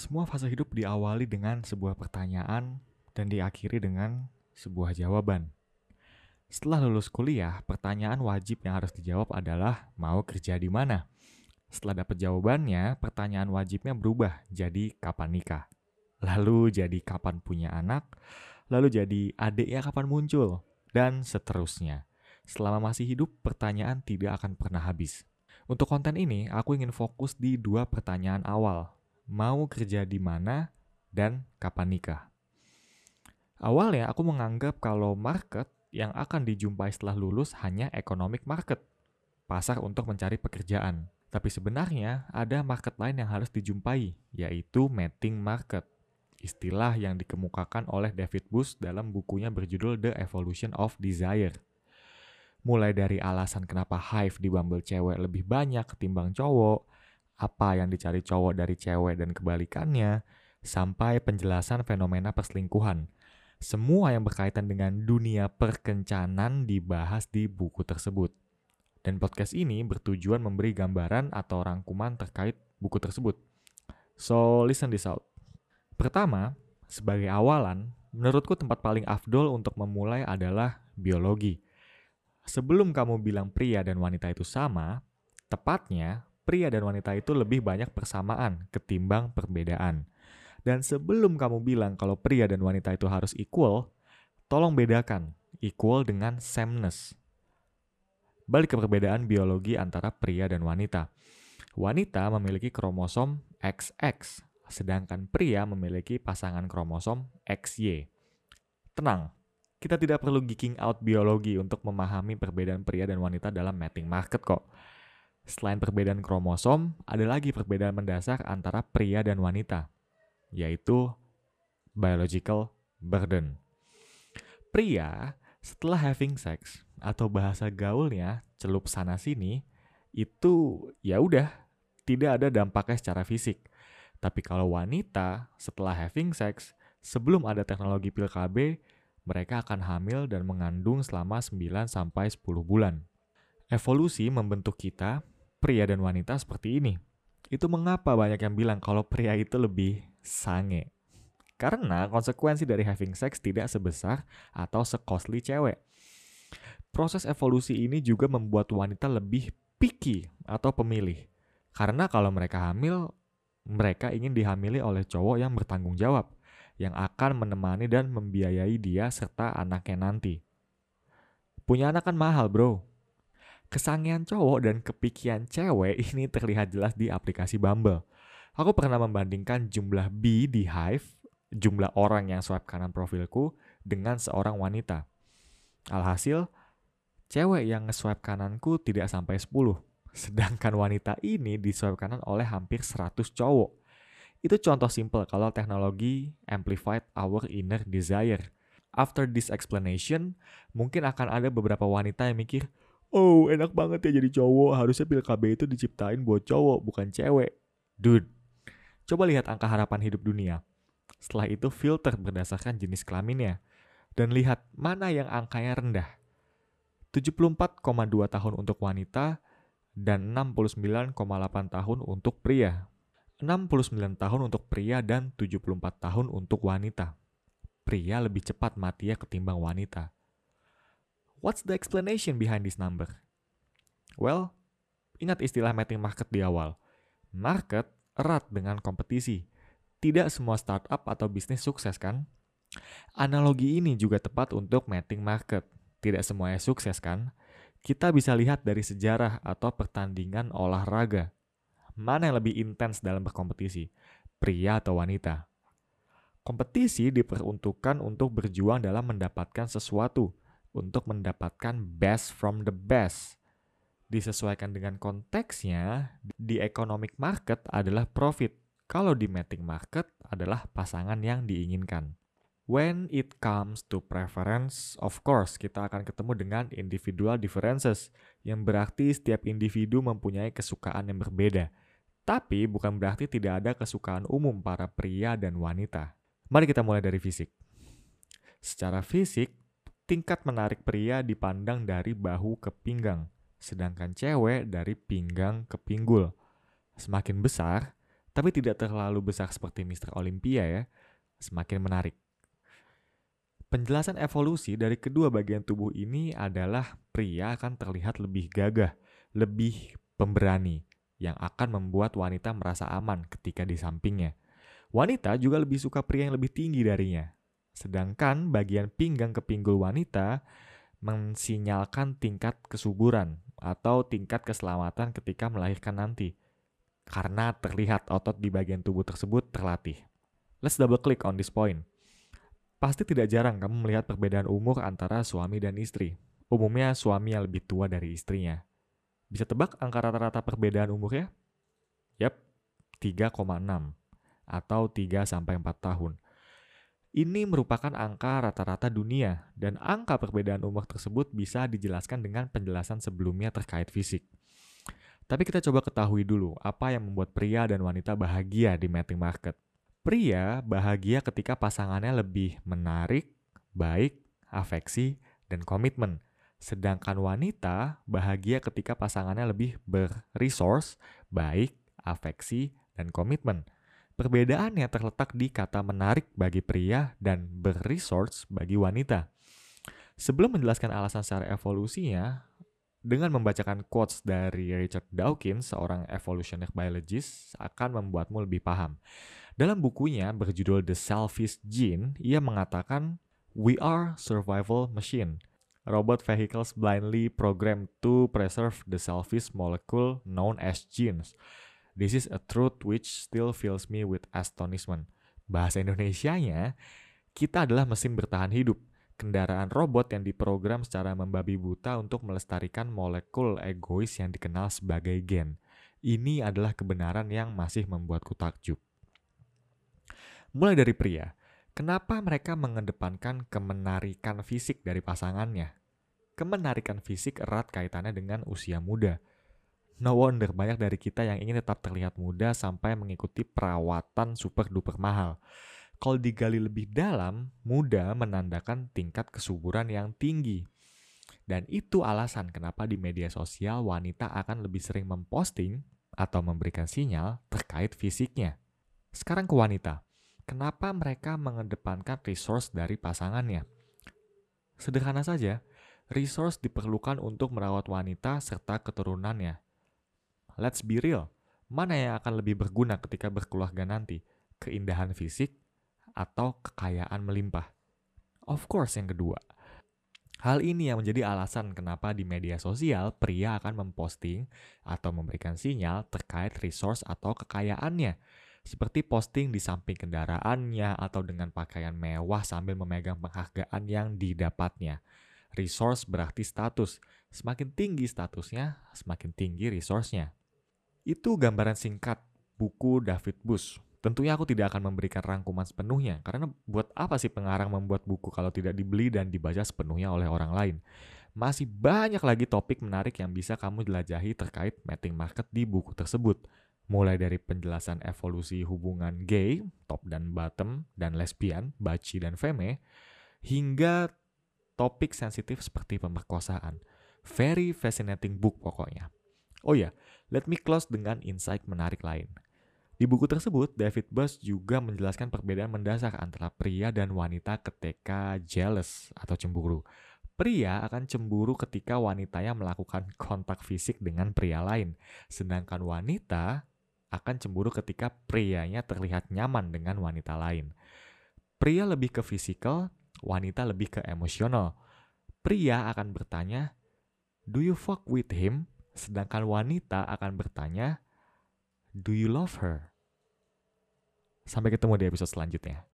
Semua fase hidup diawali dengan sebuah pertanyaan dan diakhiri dengan sebuah jawaban. Setelah lulus kuliah, pertanyaan wajib yang harus dijawab adalah mau kerja di mana. Setelah dapat jawabannya, pertanyaan wajibnya berubah jadi kapan nikah. Lalu jadi kapan punya anak, lalu jadi adiknya kapan muncul, dan seterusnya. Selama masih hidup, pertanyaan tidak akan pernah habis. Untuk konten ini, aku ingin fokus di dua pertanyaan awal. Mau kerja di mana dan kapan nikah? Awalnya aku menganggap kalau market yang akan dijumpai setelah lulus hanya economic market, pasar untuk mencari pekerjaan. Tapi sebenarnya ada market lain yang harus dijumpai, yaitu mating market. Istilah yang dikemukakan oleh David Buss dalam bukunya berjudul The Evolution of Desire. Mulai dari alasan kenapa hive di Bumble cewek lebih banyak ketimbang cowok, apa yang dicari cowok dari cewek dan kebalikannya, sampai penjelasan fenomena perselingkuhan. Semua yang berkaitan dengan dunia perkencanan dibahas di buku tersebut. Dan podcast ini bertujuan memberi gambaran atau rangkuman terkait buku tersebut. So, listen this out. Pertama, sebagai awalan, menurutku tempat paling afdol untuk memulai adalah biologi. Sebelum kamu bilang pria dan wanita itu sama, tepatnya pria dan wanita itu lebih banyak persamaan ketimbang perbedaan. Dan sebelum kamu bilang kalau pria dan wanita itu harus equal, tolong bedakan equal dengan sameness. Balik ke perbedaan biologi antara pria dan wanita. Wanita memiliki kromosom XX, sedangkan pria memiliki pasangan kromosom XY. Tenang, kita tidak perlu geeking out biologi untuk memahami perbedaan pria dan wanita dalam mating market kok. Selain perbedaan kromosom, ada lagi perbedaan mendasar antara pria dan wanita, yaitu biological burden. Pria, setelah having sex atau bahasa gaulnya celup sana sini, itu ya udah tidak ada dampaknya secara fisik. Tapi kalau wanita setelah having sex, sebelum ada teknologi pil KB, mereka akan hamil dan mengandung selama 9 sampai 10 bulan. Evolusi membentuk kita, pria dan wanita seperti ini. Itu mengapa banyak yang bilang kalau pria itu lebih sange. Karena konsekuensi dari having sex tidak sebesar atau se-costly cewek. Proses evolusi ini juga membuat wanita lebih picky atau pemilih. Karena kalau mereka hamil, mereka ingin dihamili oleh cowok yang bertanggung jawab, yang akan menemani dan membiayai dia serta anaknya nanti. Punya anak kan mahal, bro. Kesangian cowok dan kepikian cewek ini terlihat jelas di aplikasi Bumble. Aku pernah membandingkan jumlah B di Hive, jumlah orang yang swipe kanan profilku, dengan seorang wanita. Alhasil, cewek yang nge-swipe kananku tidak sampai 10. Sedangkan wanita ini di-swipe kanan oleh hampir 100 cowok. Itu contoh simple kalau teknologi amplified our inner desire. After this explanation, mungkin akan ada beberapa wanita yang mikir, oh enak banget ya jadi cowok, harusnya pil KB itu diciptain buat cowok, bukan cewek. Dude, coba lihat angka harapan hidup dunia. Setelah itu filter berdasarkan jenis kelaminnya. Dan lihat mana yang angkanya rendah. 74,2 tahun untuk wanita dan 69,8 tahun untuk pria. 69 tahun untuk pria dan 74 tahun untuk wanita. Pria lebih cepat matinya ketimbang wanita. What's the explanation behind this number? Well, ingat istilah mating market di awal. Market erat dengan kompetisi. Tidak semua startup atau bisnis sukses kan? Analogi ini juga tepat untuk mating market. Tidak semuanya sukses kan? Kita bisa lihat dari sejarah atau pertandingan olahraga. Mana yang lebih intens dalam berkompetisi? Pria atau wanita? Kompetisi diperuntukkan untuk berjuang dalam mendapatkan sesuatu, untuk mendapatkan best from the best. Disesuaikan dengan konteksnya, di economic market adalah profit. Kalau di mating market adalah pasangan yang diinginkan. When it comes to preference, of course, kita akan ketemu dengan individual differences, yang berarti setiap individu mempunyai kesukaan yang berbeda. Tapi bukan berarti tidak ada kesukaan umum para pria dan wanita. Mari kita mulai dari fisik. Secara fisik, tingkat menarik pria dipandang dari bahu ke pinggang, sedangkan cewek dari pinggang ke pinggul. Semakin besar, Tapi tidak terlalu besar seperti Mr. Olympia ya, semakin menarik. Penjelasan evolusi dari kedua bagian tubuh ini adalah pria akan terlihat lebih gagah, lebih pemberani, yang akan membuat wanita merasa aman ketika di sampingnya. Wanita juga lebih suka pria yang lebih tinggi darinya. Sedangkan bagian pinggang ke pinggul wanita mensinyalkan tingkat kesuburan atau tingkat keselamatan ketika melahirkan nanti. Karena terlihat otot di bagian tubuh tersebut terlatih. Let's double click on this point. Pasti tidak jarang kamu melihat perbedaan umur antara suami dan istri. Umumnya suami yang lebih tua dari istrinya. Bisa tebak angka rata-rata perbedaan umurnya? Yap, 3,6 atau 3-4 tahun. Ini merupakan angka rata-rata dunia dan angka perbedaan umur tersebut bisa dijelaskan dengan penjelasan sebelumnya terkait fisik. Tapi kita coba ketahui dulu apa yang membuat pria dan wanita bahagia di mating market. Pria bahagia ketika pasangannya lebih menarik, baik, afeksi, dan komitmen. Sedangkan wanita bahagia ketika pasangannya lebih berresource, baik, afeksi, dan komitmen. Perbedaannya terletak di kata menarik bagi pria dan berresource bagi wanita. Sebelum menjelaskan alasan secara evolusinya, dengan membacakan quotes dari Richard Dawkins, seorang evolutionary biologist, akan membuatmu lebih paham. Dalam bukunya berjudul The Selfish Gene, ia mengatakan, "We are survival machine. Robot vehicles blindly programmed to preserve the selfish molecule known as genes. This is a truth which still fills me with astonishment." Bahasa Indonesianya, kita adalah mesin bertahan hidup, kendaraan robot yang diprogram secara membabi buta untuk melestarikan molekul egois yang dikenal sebagai gen. Ini adalah kebenaran yang masih membuatku takjub. Mulai dari pria, kenapa mereka mengedepankan kemenarikan fisik dari pasangannya? Kemenarikan fisik erat kaitannya dengan usia muda. No wonder banyak dari kita yang ingin tetap terlihat muda sampai mengikuti perawatan super duper mahal. Kalau digali lebih dalam, muda menandakan tingkat kesuburan yang tinggi. Dan itu alasan kenapa di media sosial wanita akan lebih sering memposting atau memberikan sinyal terkait fisiknya. Sekarang ke wanita. Kenapa mereka mengedepankan resource dari pasangannya? Sederhana saja, resource diperlukan untuk merawat wanita serta keturunannya. Let's be real, mana yang akan lebih berguna ketika berkeluarga nanti? Keindahan fisik atau kekayaan melimpah? Of course yang kedua. Hal ini yang menjadi alasan kenapa di media sosial pria akan memposting atau memberikan sinyal terkait resource atau kekayaannya. Seperti posting di samping kendaraannya atau dengan pakaian mewah sambil memegang penghargaan yang didapatnya. Resource berarti status. Semakin tinggi statusnya, semakin tinggi resource-nya. Itu gambaran singkat buku David Buss. Tentunya aku tidak akan memberikan rangkuman sepenuhnya, karena buat apa sih pengarang membuat buku kalau tidak dibeli dan dibaca sepenuhnya oleh orang lain? Masih banyak lagi topik menarik yang bisa kamu jelajahi terkait mating market di buku tersebut. Mulai dari penjelasan evolusi hubungan gay, top dan bottom, dan lesbian, baci dan femme, hingga topik sensitif seperti pemerkosaan. Very fascinating book pokoknya. Oh ya, let me close dengan insight menarik lain. Di buku tersebut, David Buss juga menjelaskan perbedaan mendasar antara pria dan wanita ketika jealous atau cemburu. Pria akan cemburu ketika wanitanya melakukan kontak fisik dengan pria lain, sedangkan wanita akan cemburu ketika prianya terlihat nyaman dengan wanita lain. Pria lebih ke fisikal, wanita lebih ke emosional. Pria akan bertanya, "Do you fuck with him?" Sedangkan wanita akan bertanya, "Do you love her?" Sampai ketemu di episode selanjutnya.